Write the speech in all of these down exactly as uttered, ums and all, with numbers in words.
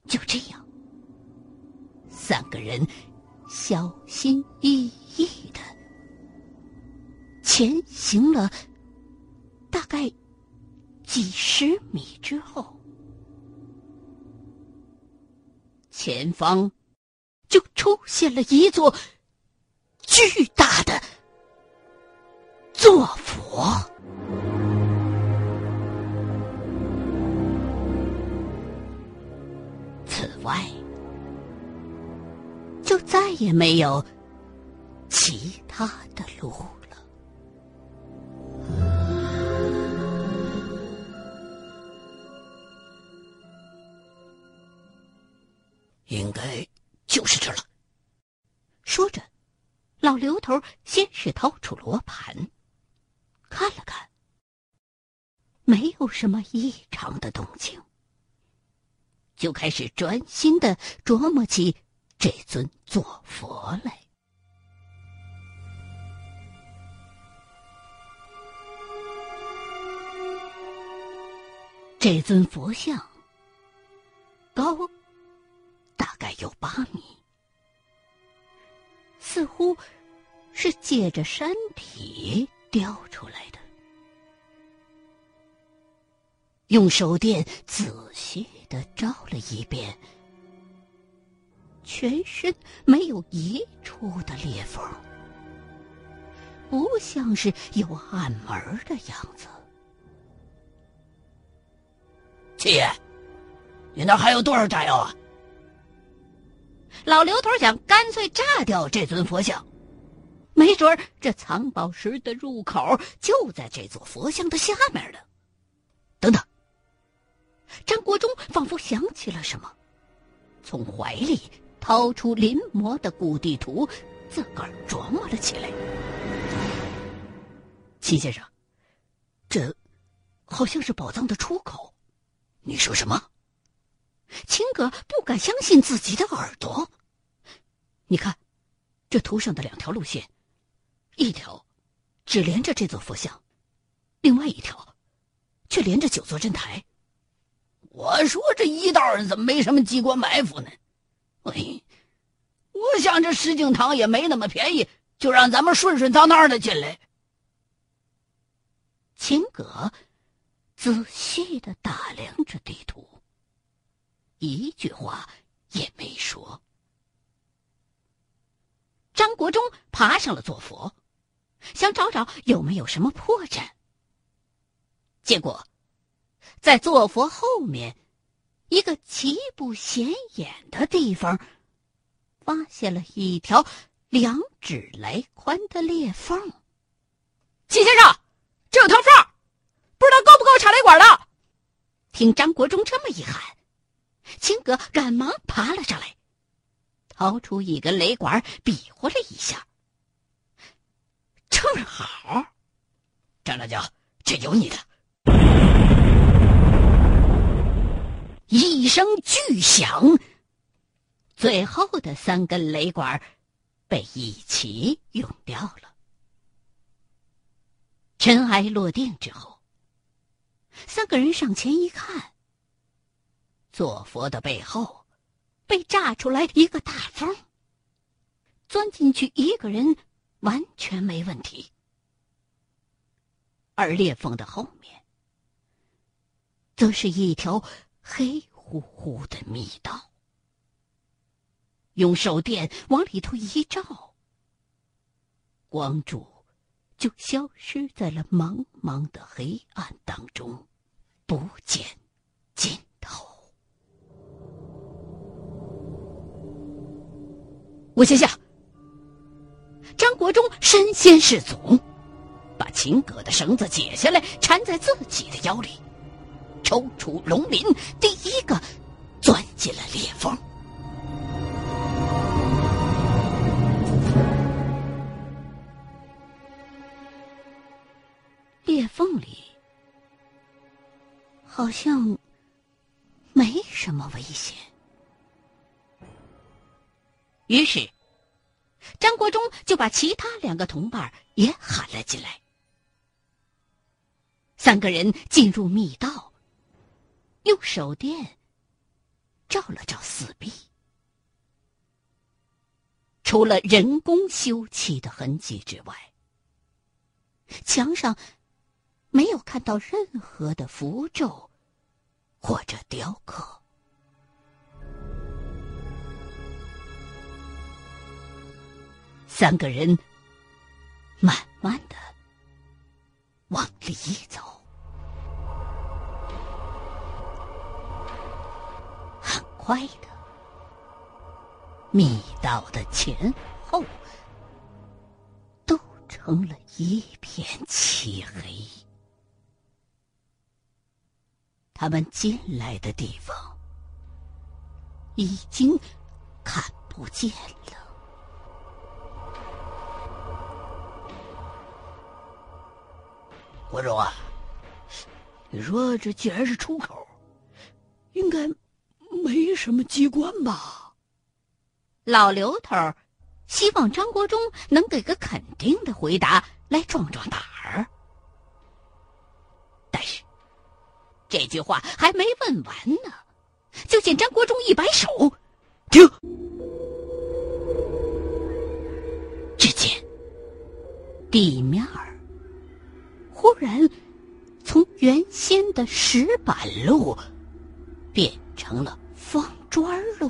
就这样，三个人小心翼翼的前行了大概几十米之后，前方就出现了一座巨大的坐佛。此外，就再也没有其他的路了。 应该就是这了。 说着，老刘头先是掏出罗盘，看了看，没有什么异常的动静，就开始专心地琢磨起这尊坐佛来。这尊佛像高大概有八米，似乎是借着山体雕出来的。用手电仔细地照了一遍，全身没有一处的裂缝，不像是有暗门的样子。 七爷，你那还有多少炸药啊？ 老刘头想干脆炸掉这尊佛像，没准儿这藏宝石的入口就在这座佛像的下面呢。等等，张国忠仿佛想起了什么，从怀里掏出临摹的古地图，自个儿琢磨了起来。 秦先生，这好像是宝藏的出口。你说什么？ 秦葛不敢相信自己的耳朵。你看，这图上的两条路线，一条只连着这座佛像，另外一条却连着九座镇台。 我说这一道上怎么没什么机关埋伏呢？哎，我想这石敬瑭也没那么便宜，就让咱们顺顺当当的进来。 秦葛仔细地打量着地图，一句话也没说。张国忠爬上了坐佛，想找找有没有什么破绽。结果在坐佛后面一个极不显眼的地方，发现了一条两指来宽的裂缝。 秦先生，这有条缝，不知道够不够插雷管的。 听张国忠这么一喊，秦葛赶忙爬了上来，掏出一根雷管比划了一下，正好。 张大脚，这有你的！ 一声巨响，最后的三根雷管被一起用掉了。尘埃落定之后，三个人上前一看，坐佛的背后被炸出来一个大缝，钻进去一个人完全没问题。而裂缝的后面则是一条黑乎乎的密道，用手电往里头一照，光柱就消失在了茫茫的黑暗当中，不见尽头。我先下。张国忠身先士卒，把秦葛的绳子解下来，缠在自己的腰里，抽出龙鳞，第一个钻进了裂缝。裂缝里好像没什么危险，于是张国忠就把其他两个同伴也喊了进来。三个人进入密道，用手电照了照四壁，除了人工修砌的痕迹之外，墙上没有看到任何的符咒或者雕刻。三个人慢慢的往里走，很快的，密道的前后都成了一片漆黑。他们进来的地方已经看不见了。 国忠啊，你说这既然是出口，应该没什么机关吧？ 老刘头希望张国忠能给个肯定的回答来壮壮胆儿，但是这句话还没问完呢，就见张国忠一摆手， 停！ 只见地面儿忽然从原先的石板路变成了方砖路，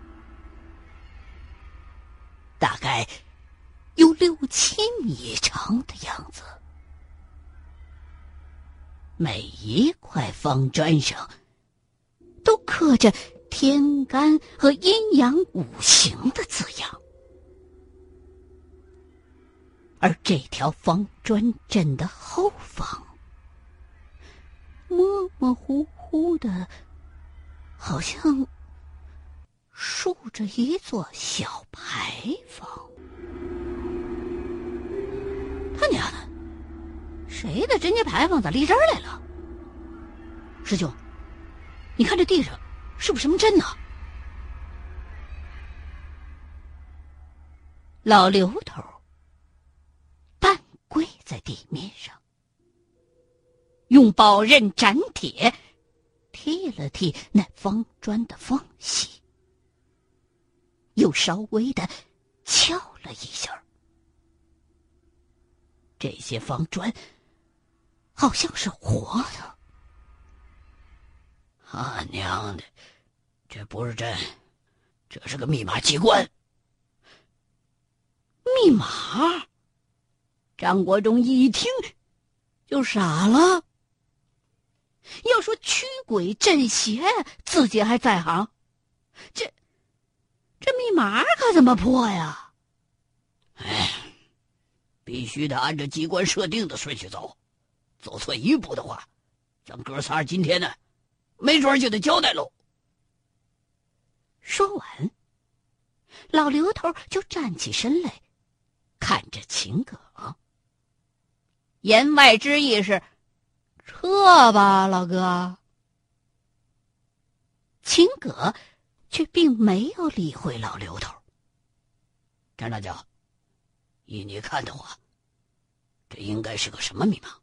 大概有六七米长的样子。每一块方砖上都刻着天干和阴阳五行的字样，而这条方砖阵的后方模模糊糊的，好像竖着一座小牌坊。他娘的，谁的贞节牌坊咋立这儿来了？师兄，你看这地上是不是什么针呢？老刘头半跪在地面上，用宝刃斩铁踢了踢那方砖的缝隙，又稍微的敲了一下。这些方砖好像是活的。 啊娘的，这不是针，这是个密码机关。 密码？张国忠一听就傻了。要说驱鬼镇邪，自己还在行，这这密码可怎么破呀？ 哎，必须得按照机关设定的顺序走，走错一步的话，咱哥仨今天呢，没准就得交代喽。 说完，老刘头就站起身来，看着秦葛，言外之意是撤吧，老哥。秦葛却并没有理会老刘头。 张大脚，依你看的话，这应该是个什么密码？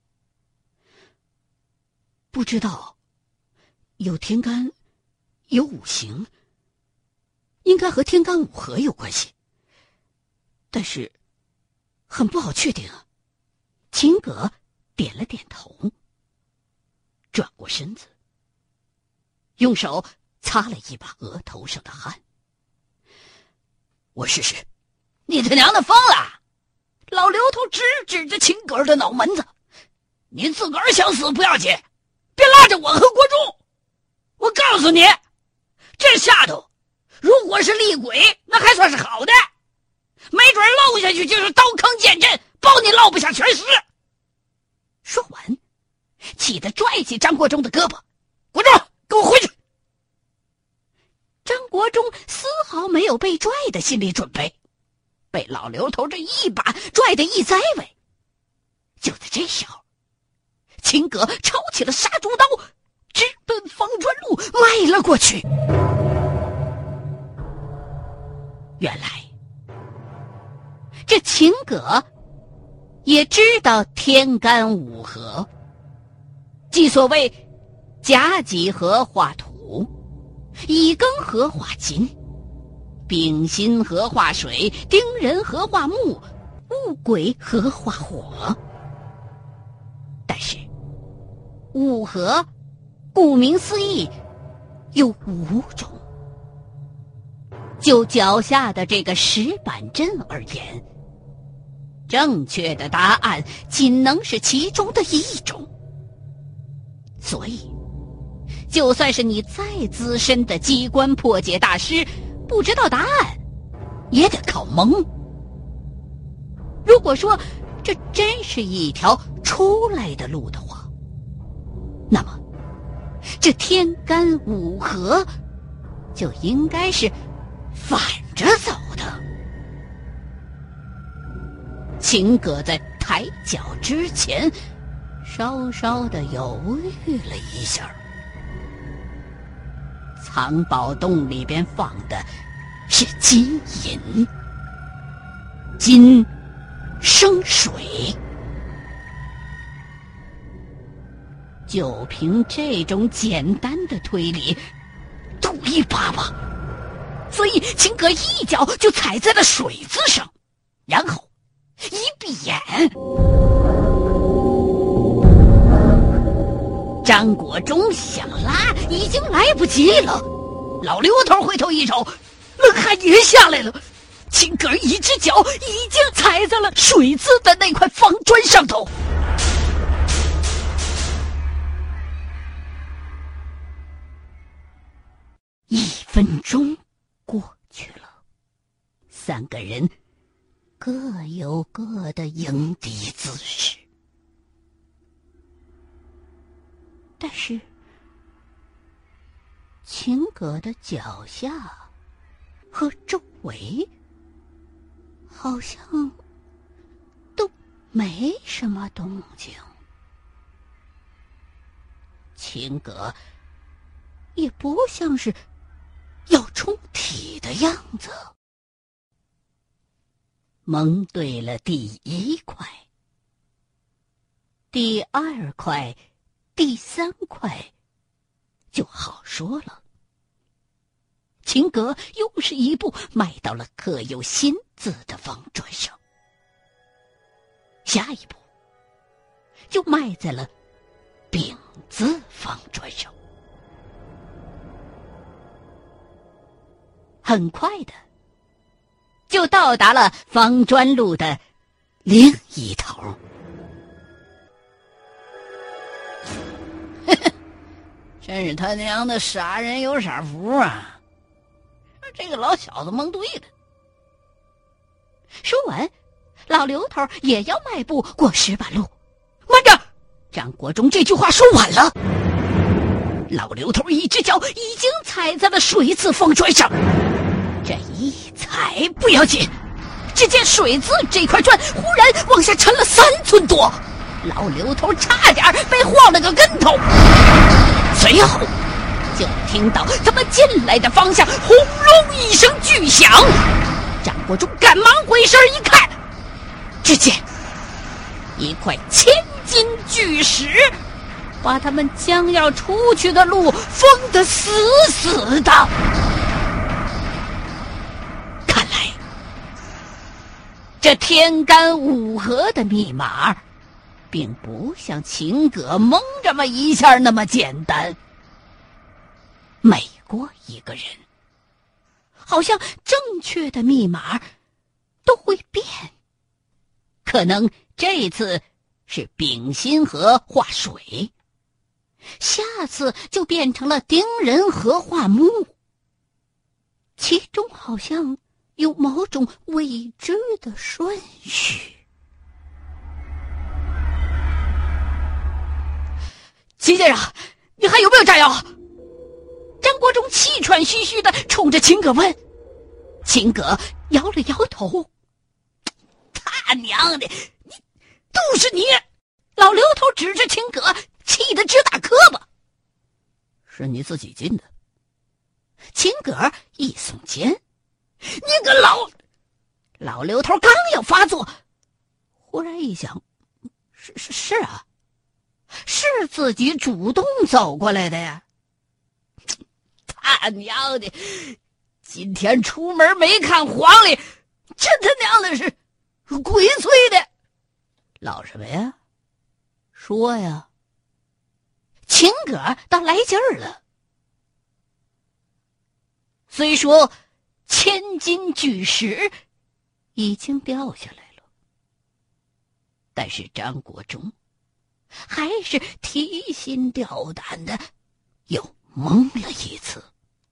不知道，有天干，有五行，应该和天干五合有关系，但是很不好确定啊。秦葛点了点头，转过身子，用手擦了一把额头上的汗。 我试试。你他娘的疯了！老刘头直指着秦葛的脑门子，你自个儿想死不要紧，别拉着我和国忠。我告诉你，这下头如果是厉鬼，那还算是好的，没准漏下去就是刀坑剑阵，包你落不下全尸。 说完，气得拽起张国忠的胳膊， 国忠，跟我回去。 张国忠丝毫没有被拽的心理准备，被老刘头这一把拽得一栽尾。就在这时候，秦葛抄起了杀猪刀，直奔方砖路迈了过去。原来这秦葛也知道天干五合，即所谓甲己合化土， 乙庚合化金，丙辛合化水，丁壬合化木，戊癸合化火。但是五合顾名思义有五种。就脚下的这个石板阵而言，正确的答案仅能是其中的一种。所以就算是你再资深的机关破解大师，不知道答案也得靠蒙。如果说这真是一条出来的路的话，那么这天干五合就应该是反着走的。秦葛在抬脚之前稍稍的犹豫了一下。藏宝洞里边放的是金银，金生水，就凭这种简单的推理，赌一把吧。所以秦葛一脚就踩在了水字上，然后一闭眼，张国忠想拉已经来不及了。老刘头回头一瞅，冷汗也下来了。秦葛一只脚已经踩在了水字的那块方砖上头。一分钟过去了，三个人各有各的迎敌姿势，但是秦葛的脚下和周围好像都没什么动静，秦葛也不像是要冲体的样子。蒙对了第一块，第二块，第三块就好说了。秦葛又是一步迈到了刻有新字的方砖上，下一步就迈在了丙字方砖上。很快的就到达了方砖路的另一头。 真是他娘的傻人有傻福啊！这个老小子蒙对了。 说完，老刘头也要迈步过石板路。慢着！张国忠这句话说晚了。老刘头一只脚已经踩在了水字方砖上，这一踩不要紧，只见水字这块砖忽然往下沉了三寸多，老刘头差点被晃了个跟头。随后就听到他们进来的方向轰隆一声巨响，张国忠赶忙回身一看，只见一块千斤巨石把他们将要出去的路封得死死的。看来这天干五合的密码并不像秦葛蒙这么一下那么简单。每过一个人，好像正确的密码都会变。可能这次是丙辛合化水，下次就变成了丁壬合化木，其中好像有某种未知的顺序。秦先生，你还有没有炸药？张国忠气喘吁吁地冲着秦葛问。秦葛摇了摇头。他娘的，你都是你！老刘头指着秦葛，气得直打磕巴。 是你自己进的。 秦葛一耸肩，你个老……老刘头刚要发作，忽然一想，是是是啊，是自己主动走过来的呀。 他娘的，今天出门没看黄历，这他娘的是鬼祟的！ 老什么呀？说呀！秦葛倒来劲儿了。虽说千斤巨石已经掉下来了，但是张国忠还是提心吊胆的又蒙了一次。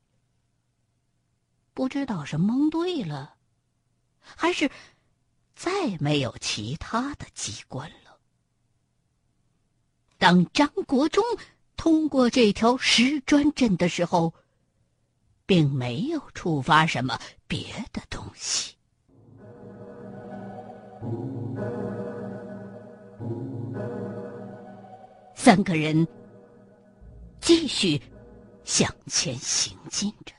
不知道是蒙对了，还是再没有其他的机关了。当张国忠通过这条石砖阵的时候，并没有触发什么别的东西。三个人继续向前行进着，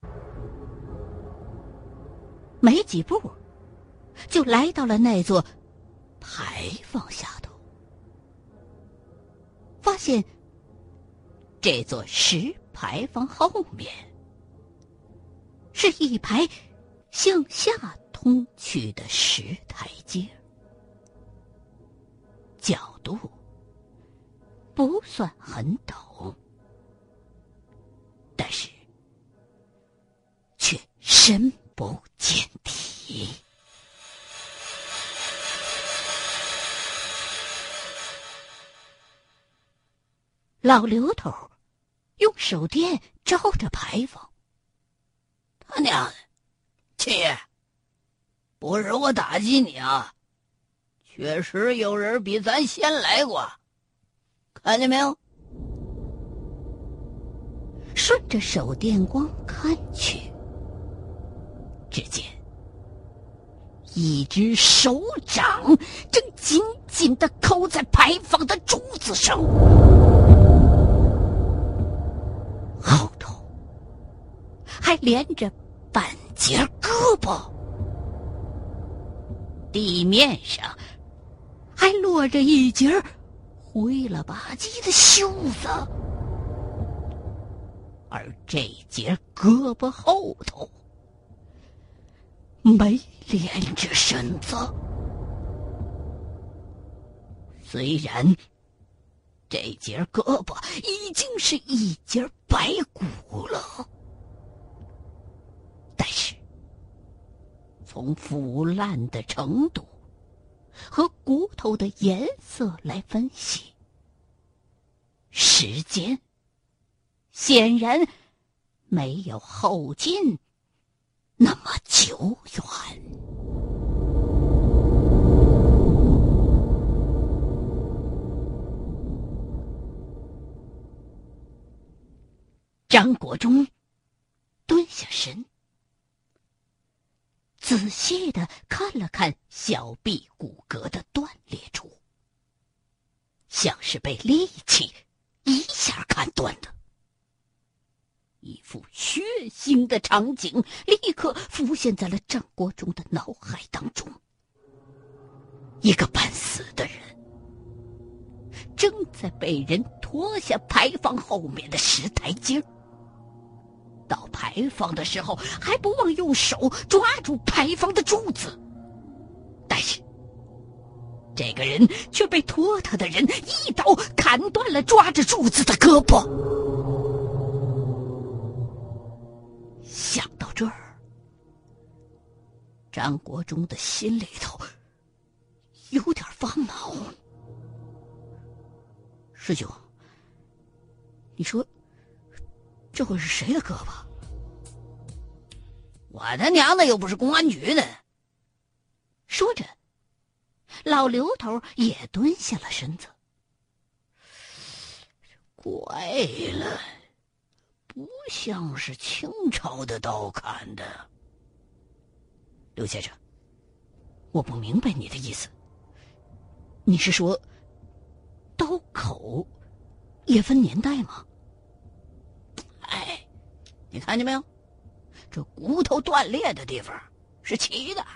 没几步就来到了那座牌坊下头，发现这座石牌坊后面是一排向下通去的石台阶，角度不算很陡，但是却深不见底。老刘头用手电照着牌坊， 他娘的，七爷，不是我打击你啊，确实有人比咱先来过，看见没有？ 顺着手电光看去，只见一只手掌正紧紧地扣在牌坊的柱子上，后头还连着半截胳膊，地面上还落着一截灰了吧唧的袖子，而这节胳膊后头没连着身子。虽然这节胳膊已经是一节白骨了，但是从腐烂的程度和骨头的颜色来分析，时间显然没有后晋那么久远。张国忠蹲下身，仔细地看了看小臂骨骼的断裂处，像是被利器一下砍断的。一幅血腥的场景立刻浮现在了张国忠的脑海当中。一个半死的人正在被人拖下牌坊后面的石台阶，到牌坊的时候还不忘用手抓住牌坊的柱子，但是这个人却被拖他的人一刀砍断了抓着柱子的胳膊。想到这儿，张国忠的心里头有点发毛。师兄，你说这会是谁的胳膊？ 我他娘的又不是公安局的。 说着，老刘头也蹲下了身子。 怪了，不像是清朝的刀砍的。 刘先生，我不明白你的意思。你是说刀口也分年代吗？ 哎，你看见没有？这骨头断裂的地方是齐的。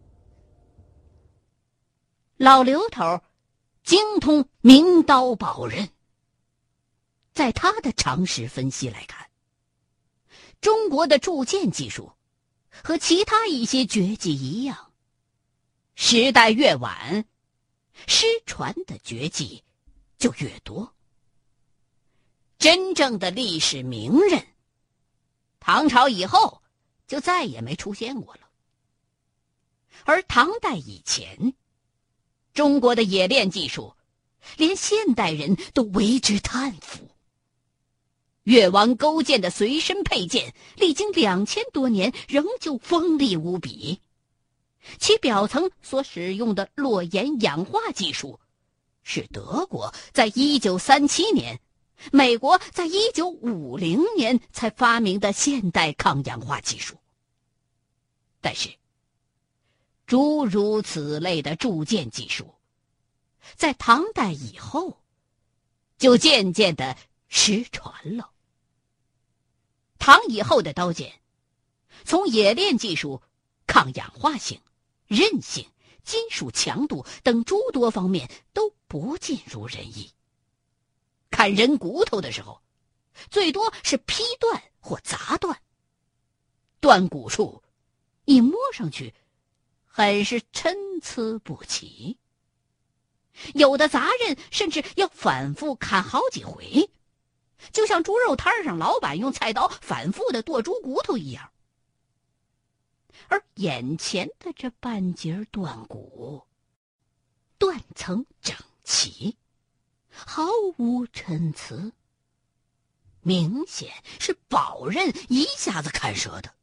老刘头精通明刀宝刃，在他的常识分析来看， 中国的铸剑技术和其他一些绝技一样，时代越晚，失传的绝技就越多。真正的历史名人，唐朝以后就再也没出现过了。而唐代以前，中国的冶炼技术连现代人都为之叹服。越王勾践的随身佩剑历经两千多年仍旧锋利无比，其表层所使用的落岩氧化技术是德国在一九三七年，美国在一九五零年才发明的现代抗氧化技术。但是诸如此类的铸剑技术在唐代以后就渐渐的失传了。唐以后的刀剑从冶炼技术、抗氧化性、韧性、金属强度等诸多方面都不尽如人意。砍人骨头的时候，最多是劈断或砸断，断骨处一摸上去很是参差不齐，有的砸刃甚至要反复砍好几回，就像猪肉摊上老板用菜刀反复的剁猪骨头一样。而眼前的这半截断骨，断层整齐，毫无参差，明显是宝刃一下子砍折的。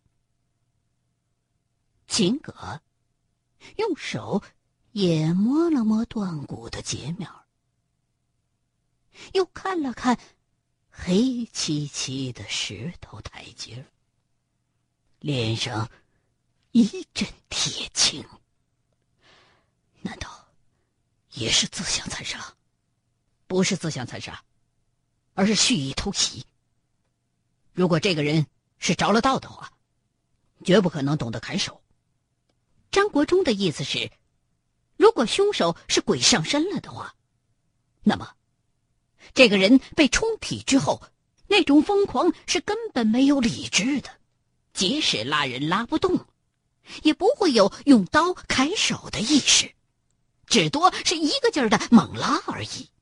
秦葛用手也摸了摸断骨的截面，又看了看黑漆漆的石头台阶，脸上一阵铁青。难道也是自相残杀？不是自相残杀，而是蓄意偷袭。如果这个人是着了道的话，绝不可能懂得砍手。张国忠的意思是，如果凶手是鬼上身了的话，那么这个人被冲体之后，那种疯狂是根本没有理智的，即使拉人拉不动，也不会有用刀砍手的意识，只多是一个劲儿的猛拉而已。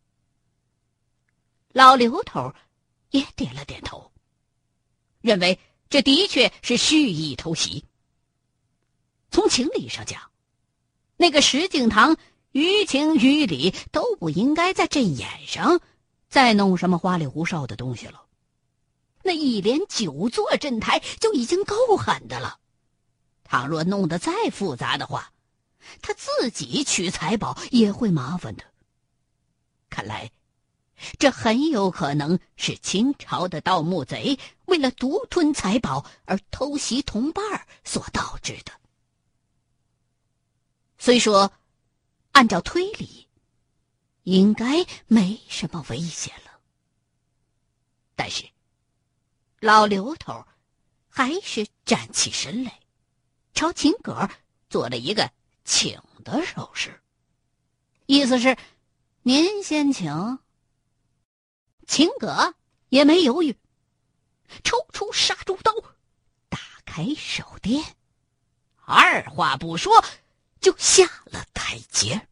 老刘头也点了点头，认为这的确是蓄意偷袭。从情理上讲，那个石敬瑭于情于理都不应该在阵眼上再弄什么花里胡哨的东西了。那一连九座阵台就已经够狠的了，倘若弄得再复杂的话，他自己取财宝也会麻烦的。看来这很有可能是清朝的盗墓贼为了独吞财宝而偷袭同伴所导致的。虽说按照推理应该没什么危险了，但是老刘头还是站起身来，朝秦葛做了一个请的手势，意思是您先请。秦葛也没犹豫，抽出杀猪刀，打开手电，二话不说就下了台阶。